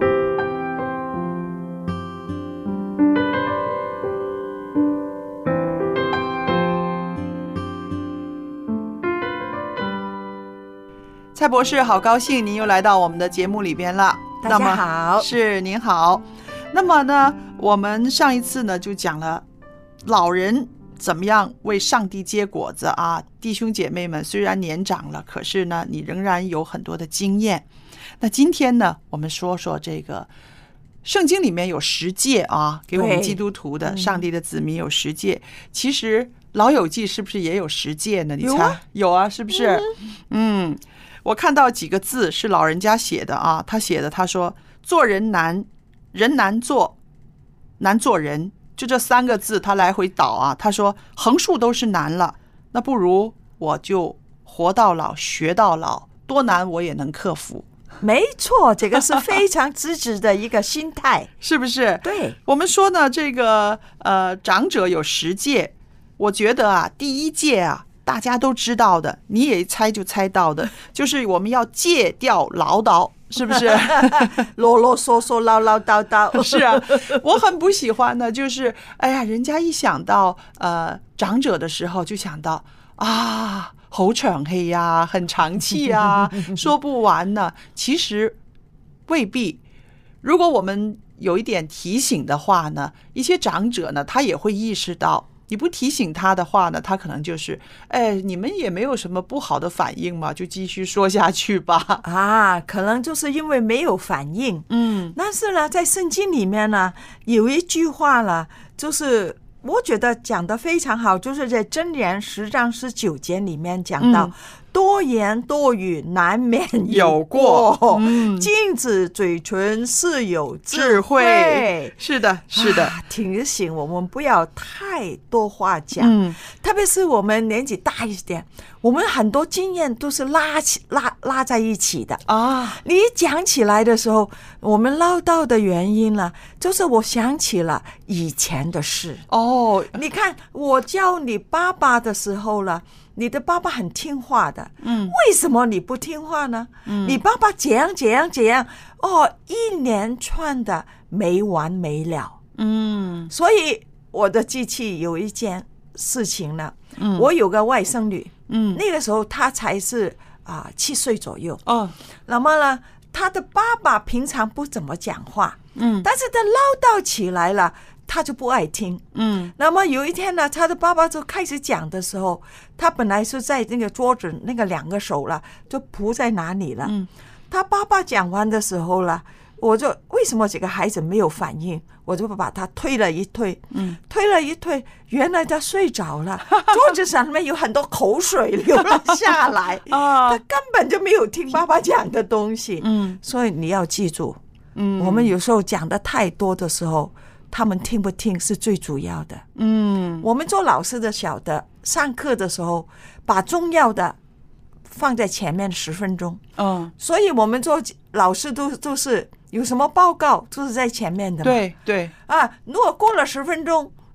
蔡博士，好高兴您又来到我们的节目里边了。 大家好。 是，您好。那么呢，我们上一次呢就讲了老人怎么样为上帝结果子啊。弟兄姐妹们虽然年长了，可是呢你仍然有很多的经验。那今天呢，我们说说这个圣经里面有十诫啊，给我们基督徒的上帝的子民有十诫。其实老友记是不是也有十诫呢？你猜？有啊，有啊，是不是？嗯，我看到几个字是老人家写的啊，他写的，他说做人难，人难做，难做人，就这三个字他来回倒啊。他说横竖都是难了，那不如我就活到老学到老，多难我也能克服。 没错，这个是非常支持的一个心态是不是？ 对， 我们说呢，这个呃长者有十诫，我觉得啊第一诫啊大家都知道的，你也猜就猜到的，就是我们要戒掉唠叨，是不是？ 啰啰嗦嗦，唠唠叨叨。 是啊，我很不喜欢的，就是哎呀，人家一想到呃长者的时候，就想到啊，好長氣啊，很長氣啊，說不完呢。其實未必。如果我們有一點提醒的話呢，一些長者呢，他也會意識到。你不提醒他的話呢，他可能就是哎，你們也沒有什麼不好的反應嘛，就繼續說下去吧。 啊，可能就是因為沒有反應。嗯，但是呢，在聖經裡面呢，有一句話呢，就是我覺得講得非常好，就是在箴言十章十九節裡面講到、嗯、多言多語難免有過，嗯，禁止嘴唇是有智慧。 是的，是的、 啊，提醒我們不要太多話講、嗯、特別是我們年紀大一點，我們很多經驗都是拉起拉拉在一起的啊。你一講起來的時候，我們嘮叨的原因呢，就是我想起了以前的事。哦，你看我叫你爸爸的時候了，你的爸爸很聽話的，嗯，為什麼你不聽話呢？嗯，你爸爸這樣這樣這樣，哦，一連串的沒完沒了。嗯，所以我的記起有一件事情呢，嗯，我有個外甥女，嗯，那個時候她才是啊、呃、七歲左右，哦，那麼呢，她的爸爸平常不怎麼講話，嗯，但是她嘮叨起來了。他就不愛聽，嗯，那麼有一天呢，他的爸爸就開始講的時候，他本來是在那個桌子那個兩個手了，就撲在哪裡了，嗯，他爸爸講完的時候了，我就為什麼這個孩子沒有反應，我就把他推了一推，嗯，推了一推，原來他睡着了，桌子上面有很多口水流了下來，啊，他根本就沒有聽爸爸講的東西，嗯，所以你要記住，嗯，我們有時候講的太多的時候，他們聽不聽是最主要的。嗯，我們做老師的曉得，上課的時候把重要的放在前面十分鐘。嗯，所以我們做老師都都是有什麼報告都是在前面的嘛。對對啊，如果過了十分鐘，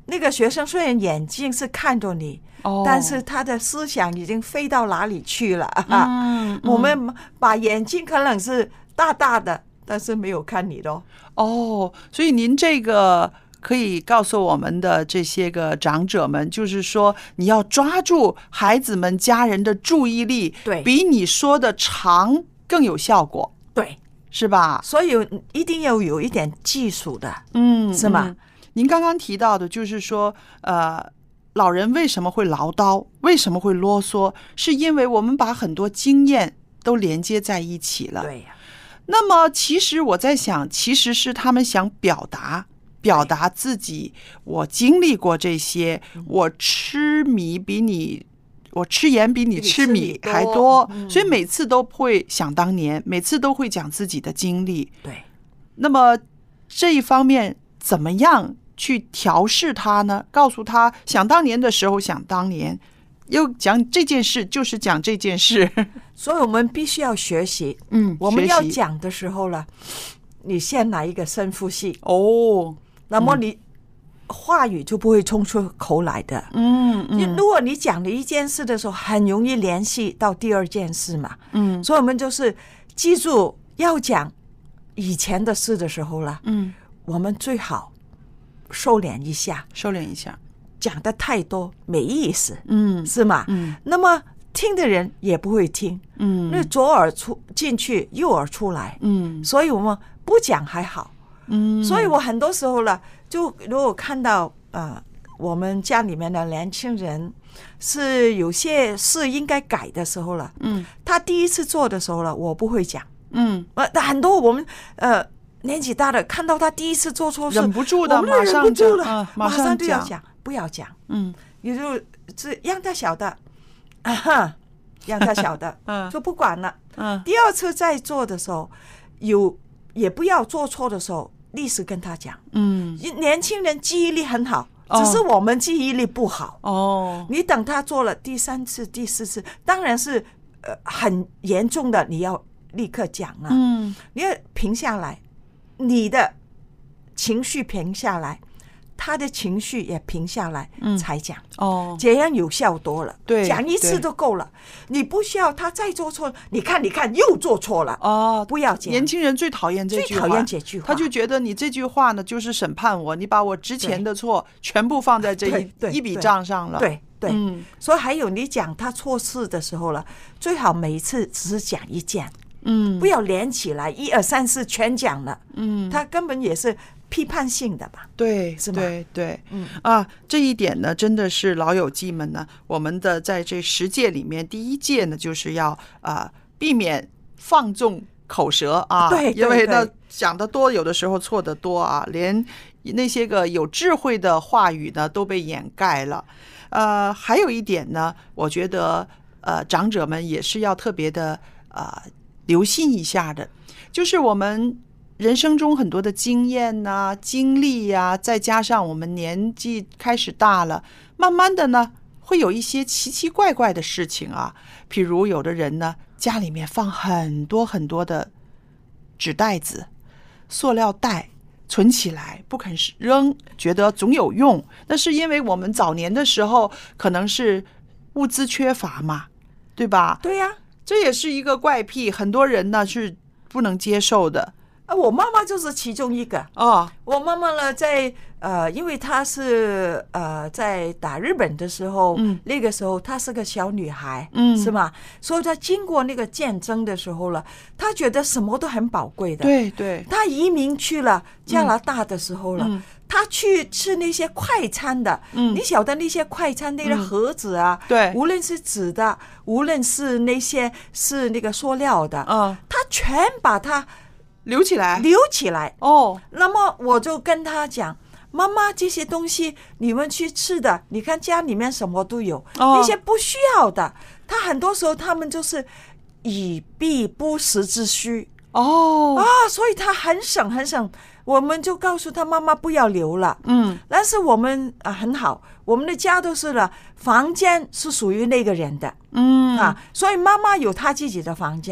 那个学生虽然眼睛是看着你，哦，但是他的思想已经飞到哪里去了？嗯，我们把眼睛可能是大大的，但是没有看你的。 哦，所以您这个可以告诉我们的这些个长者们，就是说你要抓住孩子们家人的注意力， 对， 比你说的长更有效果， 对， 是吧？ 所以一定要有一点技术的， 嗯， 是吗？ 嗯，您刚刚提到的就是说，呃，老人为什么会唠叨，为什么会啰嗦，是因为我们把很多经验都连接在一起了。 对呀。 那么其实我在想，其实是他们想表达表达自己，我经历过这些，我吃米比你我吃盐比你吃米还多，嗯，所以每次都会想当年，每次都会讲自己的经历。 对， 那么这一方面怎么样去调试他呢？告诉他想当年的时候想当年，又讲这件事就是讲这件事， 所以我们必须要学习。 嗯， 我们要讲的时候了，你先来一个深呼吸哦， 那么你话语就不会冲出口来的。 嗯嗯， 如果你讲了一件事的时候，很容易联系到第二件事嘛。 嗯， 所以我们就是记住要讲以前的事的时候了， 嗯， 我们最好收敛一下， 收敛一下。 讲的太多没意思， 嗯， 是吗？ 嗯， 那么听的人也不会听， 嗯， 那左耳出进去，右耳出来， 嗯， 所以我们不讲还好， 嗯， 所以我很多时候了，就如果看到呃我们家里面的年轻人是有些事应该改的时候了， 嗯， 他第一次做的时候了，我不会讲， 嗯， 呃，很多我们呃年纪大的看到他第一次做错事， 忍不住的， 我们忍不住了， 嗯， 马上就要讲。不要讲， 嗯， 也就是让他晓得，啊哈，让他晓得， 嗯， 就不管了， 嗯， 第二次再做的时候，有也不要做错的时候，立时跟他讲， 嗯， 年轻人记忆力很好，哦，只是我们记忆力不好， 哦， 你等他做了第三次、第四次，当然是呃很严重的，你要立刻讲了， 嗯， 你要平下来，你的情绪平下来。他的情绪也平下来，嗯，才讲哦， 这样有效多了。 对， 讲一次都够了，你不需要他再做错。你看，你看，又做错了哦， 不要讲。 年轻人最讨厌这句话， 最讨厌这句话， 他就觉得你这句话呢，就是审判我，你把我之前的错全部放在这一一笔账上了。 对对， 嗯， 所以还有你讲他错事的时候了，最好每一次只是讲一件， 嗯， 不要连起来，一二三四全讲了， 嗯， 他根本也是。批判性的吧， 对， 是吧？ 对对， 嗯啊，这一点呢，真的是老友记们呢，我们的在这十戒里面，第一戒呢，就是要啊、呃、避免放纵口舌啊， 对， 因为呢讲的多，有的时候错的多啊，连那些个有智慧的话语呢都被掩盖了。呃，还有一点呢，我觉得呃长者们也是要特别的呃留心一下的，就是我们。人生中很多的经验呐、啊、经历呀、啊，再加上我们年纪开始大了，慢慢的呢，会有一些奇奇怪怪的事情啊。譬如有的人呢，家里面放很多很多的纸袋子、塑料袋存起来，不肯扔，觉得总有用。那是因为我们早年的时候可能是物资缺乏嘛，对吧？ 对呀、啊， 这也是一个怪癖，很多人呢是不能接受的。 啊，我妈妈就是其中一个哦。 我妈妈呢，在呃，因为她是呃，在打日本的时候， 嗯， 那个时候她是个小女孩， 嗯， 是吗？所以她经过那个战争的时候了，她觉得什么都很宝贵的。 对对。 她移民去了加拿大的时候了， 嗯， 她去吃那些快餐的， 嗯， 你晓得那些快餐那个盒子啊， 嗯，对， 无论是纸的，无论是那些是那个塑料的， 嗯， 她全把它。 留起来， 留起来哦。 那么我就跟他讲，妈妈，这些东西你们去吃的，你看家里面什么都有， 哦， 那些不需要的，他很多时候他们就是以避不时之需哦啊，所以他很省很省。我们就告诉他妈妈不要留了， 嗯， 但是我们啊很好，我们的家都是了，房间是属于那个人的， 嗯啊，所以妈妈有她自己的房间。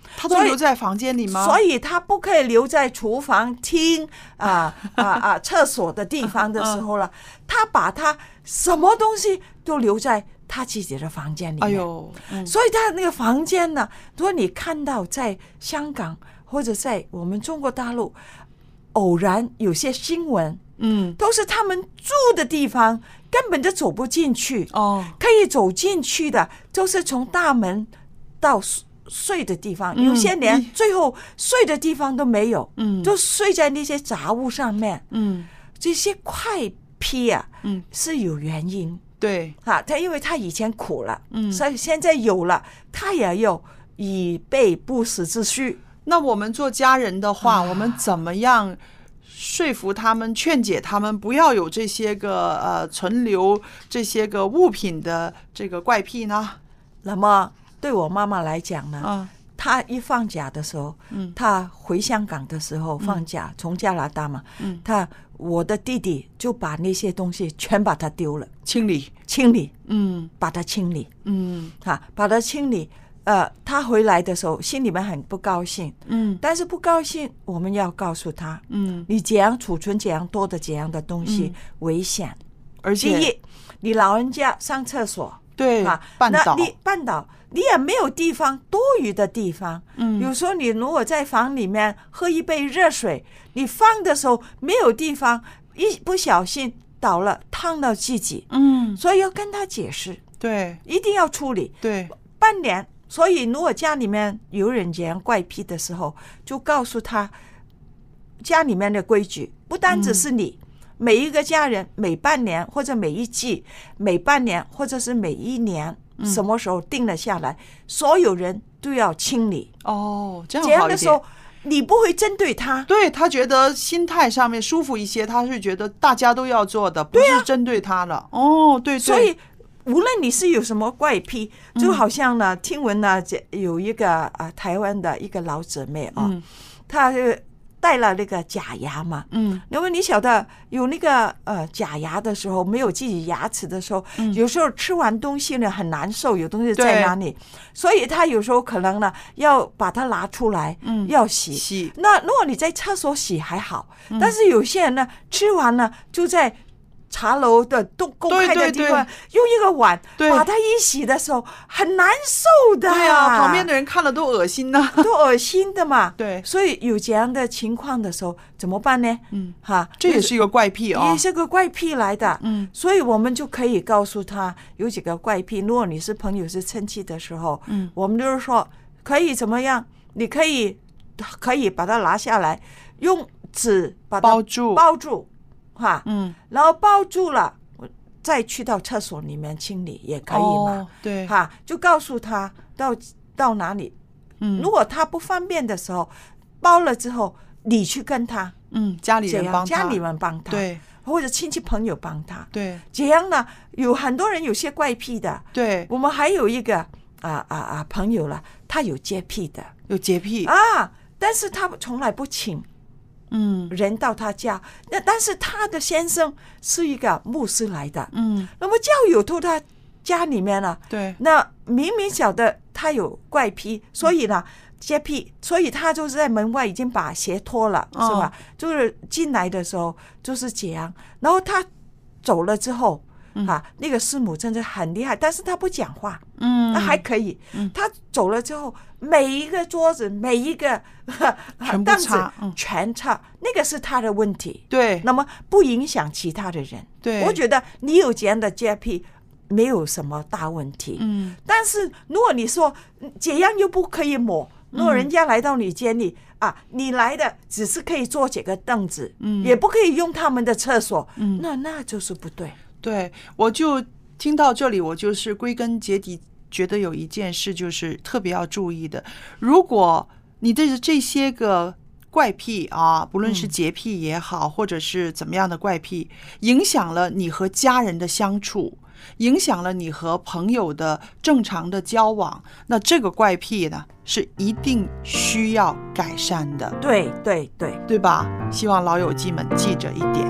他都留在房间里吗？ 所以他不可以留在厨房、厅啊啊啊厕所的地方的时候了。他把他什么东西都留在他自己的房间里面。哎呦，嗯、所以他那个房间呢，如果你看到在香港或者在我们中国大陆，偶然有些新闻，嗯，都是他们住的地方根本就走不进去。哦，可以走进去的，就是从大门到睡的地方，有些连最后睡的地方都没有，嗯，就睡在那些杂物上面，嗯，这些怪癖啊，嗯，是有原因， 对， 啊，他因为他以前苦了，嗯，所以现在有了，他也有以备不时之需。 那我们做家人的话，啊、我们怎么样说服他们、劝解他们，不要有这些个呃存留这些个物品的这个怪癖呢？ 那么。对我妈妈来讲呢，嗯、她一放假的时候，嗯、她回香港的时候放假，嗯、从加拿大嘛，嗯、她我的弟弟就把那些东西全把它丢了， 清理清理，嗯，把它清理，嗯，哈，把它清理。呃，他回来的时候心里面很不高兴，嗯，但是不高兴，我们要告诉他，嗯，你怎样储存怎样多的怎样的东西、嗯、危险，而且第一，你老人家上厕所， 对啊，绊倒， 那你绊倒。你也没有地方多余的地方，嗯，有时候你如果在房里面喝一杯热水，你放的时候没有地方，一不小心倒了，烫到自己，嗯，所以要跟他解释， 对， 一定要处理， 对， 半年。所以如果家里面有人这样怪癖的时候，就告诉他家里面的规矩，不单只是你。嗯，每一个家人每半年或者每一季，每半年或者是每一年，嗯、什么时候定了下来，所有人都要清理。 哦，这样好一点。这样的时候，你不会针对他， 对他觉得心态上面舒服一些，他是觉得大家都要做的，不是针对他的。哦，对对。 所以无论你是有什么怪癖，就好像呢，嗯、听闻呢，有一个啊台湾的一个老姊妹啊，嗯、她是。戴了那个假牙嘛，嗯，因为你晓得有那个呃假牙的时候，没有自己牙齿的时候，嗯、有时候吃完东西呢很难受，有东西在哪里，所以他有时候可能呢要把它拿出来，嗯，要洗洗。 那如果你在厕所洗还好，嗯、但是有些人呢吃完了就在茶楼的都公开的地方，对对对，用一个碗把它一洗的时候很难受的。 对啊，旁边的人看了都恶心呐、 啊，都恶心的嘛。 对， 所以有这样的情况的时候怎么办呢？嗯，哈， 这也是一个怪癖哦， 也是个怪癖来的。嗯，所以我们就可以告诉他有几个怪癖。如果你是朋友是亲戚的时候，嗯，我们就是说可以怎么样？你可以可以把它拿下来，用纸把它包住， 包住。哈，嗯，然后包住了，再去到厕所里面清理也可以嘛。 哦、对， 哈，就告诉他到到哪里。嗯，如果他不方便的时候，包了之后，你去跟他， 嗯，家里人帮他， 家里人帮他， 对， 或者亲戚朋友帮他， 对， 这样呢，有很多人有些怪癖的， 对， 我们还有一个啊啊啊朋友了，他有洁癖的， 有洁癖啊，但是他从来不请。嗯，人到他家，那但是他的先生是一个牧师来的，嗯，那么教友到他家里面了， 对， 那明明晓得他有怪癖，所以呢洁癖，所以他就是在门外已经把鞋脱了，哦、是吧？就是进来的时候就是这样，然后他走了之后。嗯、啊，那个师母真的很厉害，但是他不讲话，嗯，他还可以。嗯，他走了之后，每一个桌子、每一个凳子全擦、嗯，那个是他的问题。 对， 那么不影响其他的人。 对， 我觉得你有这样的洁癖，没有什么大问题。嗯，但是如果你说这样又不可以抹，如果人家来到你家里。啊，你来的只是可以坐这个凳子，嗯，也不可以用他们的厕所，嗯，那那就是不对。 对，我就听到这里，我就是归根结底觉得有一件事就是特别要注意的。如果你的这些个怪癖啊，不论是洁癖也好，嗯、或者是怎么样的怪癖，影响了你和家人的相处，影响了你和朋友的正常的交往，那这个怪癖呢，是一定需要改善的。 对对对， 对吧？希望老友记们记着一点。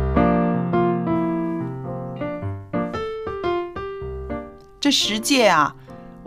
这十届啊，我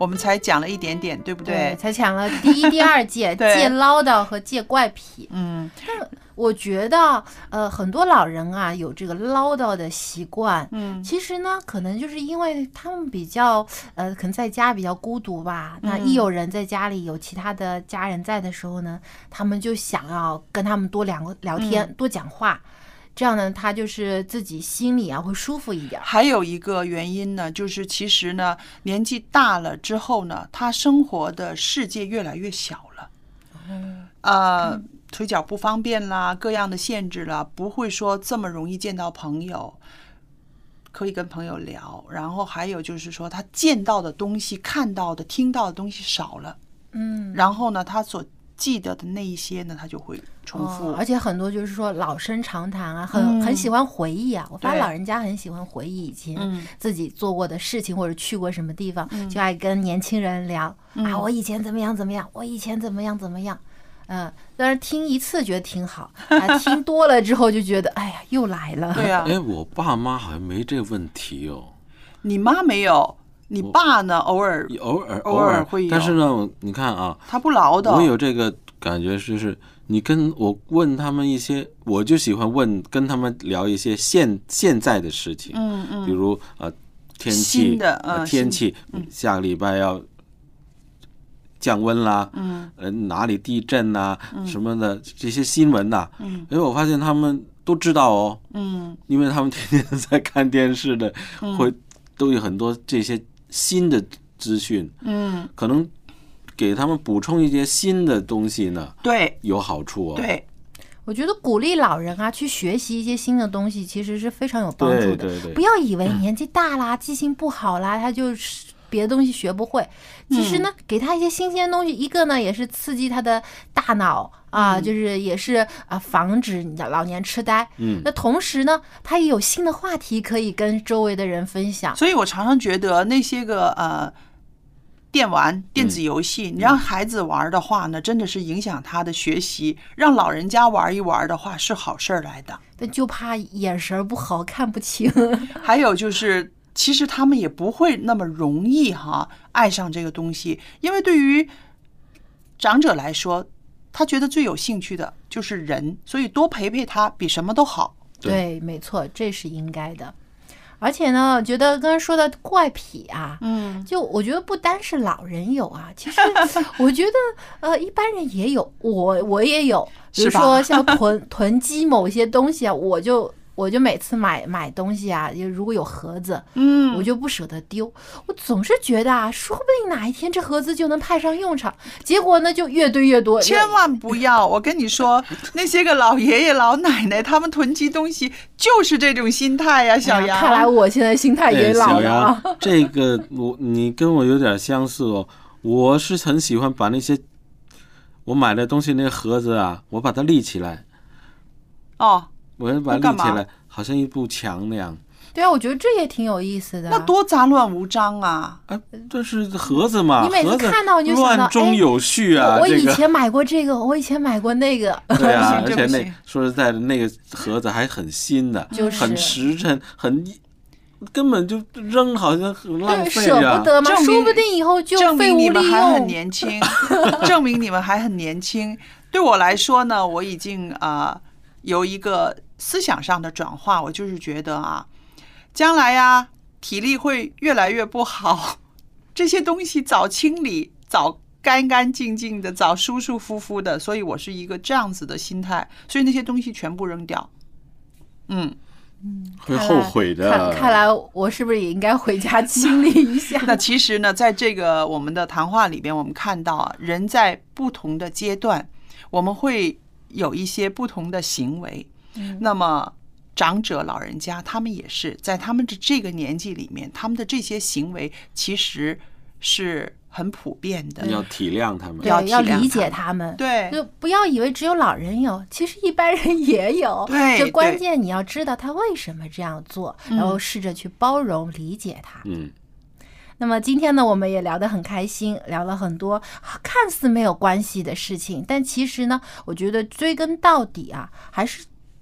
我们才讲了一点点，对不对？ 对，才讲了第一、第二戒，戒唠叨和戒怪癖。 嗯， 但我觉得，呃，很多老人啊有这个唠叨的习惯。嗯，其实呢，可能就是因为他们比较，呃，可能在家比较孤独吧。那一有人在家里有其他的家人在的时候呢，他们就想要跟他们多聊聊天，嗯、多讲话。这样呢，他就是自己心里啊会舒服一点。 还有一个原因呢，就是其实呢，年纪大了之后呢，他生活的世界越来越小了。嗯，呃，腿脚不方便啦，各样的限制啦，不会说这么容易见到朋友，可以跟朋友聊。然后还有就是说，他见到的东西、看到的、听到的东西少了。嗯，然后呢，他所记得的那一些呢，他就会重复、 哦，而且很多就是说老生常谈啊，很、嗯、很喜欢回忆啊。我发现老人家很喜欢回忆以前自己做过的事情，或者去过什么地方，嗯、就爱跟年轻人聊、嗯、啊，我以前怎么样怎么样，我以前怎么样怎么样。嗯，但是听一次觉得挺好，啊，听多了之后就觉得，哎呀，又来了。 对啊， 哎，我爸妈好像没这个问题哦。 你妈没有？你爸呢？偶尔偶尔偶尔会有， 但是呢，你看啊， 他不唠叨。 我有这个感觉，就是你跟我问他们一些，我就喜欢问跟他们聊一些现现在的事情，嗯嗯，比如呃天气的、 呃、天气、嗯，下个礼拜要降温啦，嗯，呃哪里地震啦、嗯，什么的这些新闻呐、啊，嗯，因为我发现他们都知道哦，嗯，因为他们天天在看电视的，嗯、会都有很多这些。新的资讯，嗯，可能给他们补充一些新的东西呢， 对， 有好处哦。 对， 我觉得鼓励老人啊去学习一些新的东西，其实是非常有帮助的。 对对对， 不要以为年纪大啦、记性不好啦，他就是别的东西学不会。其实呢，嗯、给他一些新鲜的东西，一个呢也是刺激他的大脑啊，嗯、就是也是啊防止你的老年痴呆。嗯，那同时呢，他也有新的话题可以跟周围的人分享。 所以我常常觉得那些个呃电玩、电子游戏，嗯、你让孩子玩的话呢，真的是影响他的学习；让老人家玩一玩的话，是好事来的。 但就怕眼神不好，看不清。 还有就是。其实他们也不会那么容易哈爱上这个东西，因为对于长者来说，他觉得最有兴趣的就是人，所以多陪陪他比什么都好。 对，没错，这是应该的。而且呢，我觉得刚刚说的怪癖啊，嗯，就我觉得不单是老人有啊，其实我觉得呃一般人也有，我我也有，比如说像囤囤积某些东西啊，我就。我就每次买买东西啊，如果有盒子，嗯，我就不舍得丢。我总是觉得啊，说不定哪一天这盒子就能派上用场。结果呢，就越堆越多。 千万不要！我跟你说，那些个老爷爷老奶奶，他们囤积东西就是这种心态呀、啊，小杨、 哎。看来我现在心态也老了、啊。 小杨，这个我你跟我有点相似哦。我是很喜欢把那些我买的东西那个盒子啊，我把它立起来。 哦。 我要把它立起来，好像一部墙那样。 对啊，我觉得这也挺有意思的。 那多杂乱无章啊！ 啊，这是盒子嘛？ 你每次看到你就想到乱中有序啊！ 哎、我以前买过这个，我以前买过那个。 对啊，而且那说实在的，那个盒子还很新的， 就是很实诚，很根本就扔，好像很浪费啊！ 舍不得嘛，说不定以后就废物利用。证明你们还很年轻，证明你们还很年轻。对我来说呢，我已经啊。呃有一个思想上的转化，我就是觉得啊，将来呀，体力会越来越不好，这些东西早清理，早干干净净的，早舒舒服服的，所以我是一个这样子的心态，所以那些东西全部扔掉。嗯嗯， 会后悔的。 看, 看来我是不是也应该回家清理一下？ 那其实呢，在这个我们的谈话里边，我们看到啊，人在不同的阶段，我们会有一些不同的行为，嗯、那么长者老人家他们也是在他们的这个年纪里面，他们的这些行为其实是很普遍的。 要体谅他们， 对，要理解他们， 对， 就不要以为只有老人有，其实一般人也有。 对， 就关键你要知道他为什么这样做，然后试着去包容理解他。嗯。那么今天呢，我们也聊得很开心，聊了很多看似没有关系的事情，但其实呢，我觉得追根到底啊，还是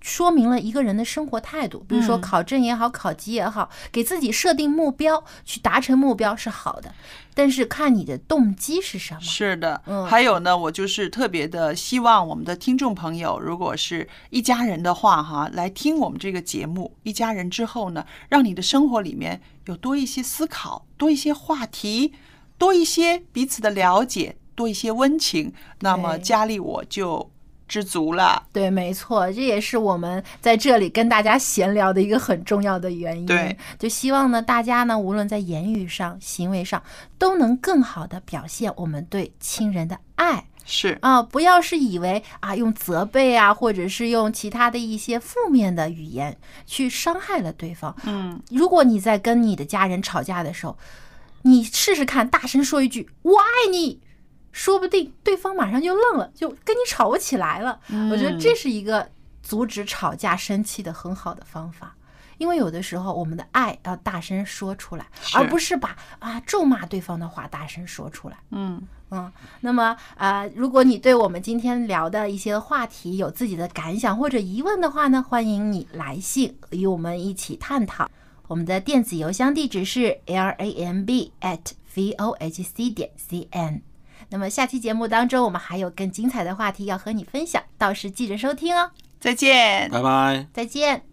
说明了一个人的生活态度，比如说考证也好，考级也好，给自己设定目标，去达成目标是好的，但是看你的动机是什么。 是的， 嗯， 还有呢，我就是特别的希望我们的听众朋友，如果是一家人的话哈，来听我们这个节目，一家人之后呢，让你的生活里面有多一些思考，多一些话题，多一些彼此的了解，多一些温情，那么家里我就知足了。 对，没错，这也是我们在这里跟大家闲聊的一个很重要的原因。 对， 就希望呢，大家呢，无论在言语上、行为上，都能更好的表现我们对亲人的爱。 是啊，不要是以为啊，用责备啊，或者是用其他的一些负面的语言去伤害了对方。 嗯， 如果你在跟你的家人吵架的时候，你试试看，大声说一句“我爱你”。说不定对方马上就愣了，就跟你吵不起来了。 嗯、 我觉得这是一个阻止吵架生气的很好的方法，因为有的时候我们的爱要大声说出来，而不是把啊咒骂对方的话大声说出来。 嗯嗯，那么啊、呃，如果你对我们今天聊的一些话题有自己的感想或者疑问的话呢，欢迎你来信与我们一起探讨。我们的电子邮箱地址是 l a m b at vohc 点 c n。那么下期节目当中，我们还有更精彩的话题要和你分享，到时记着收听哦。 再见， 拜拜， 再见。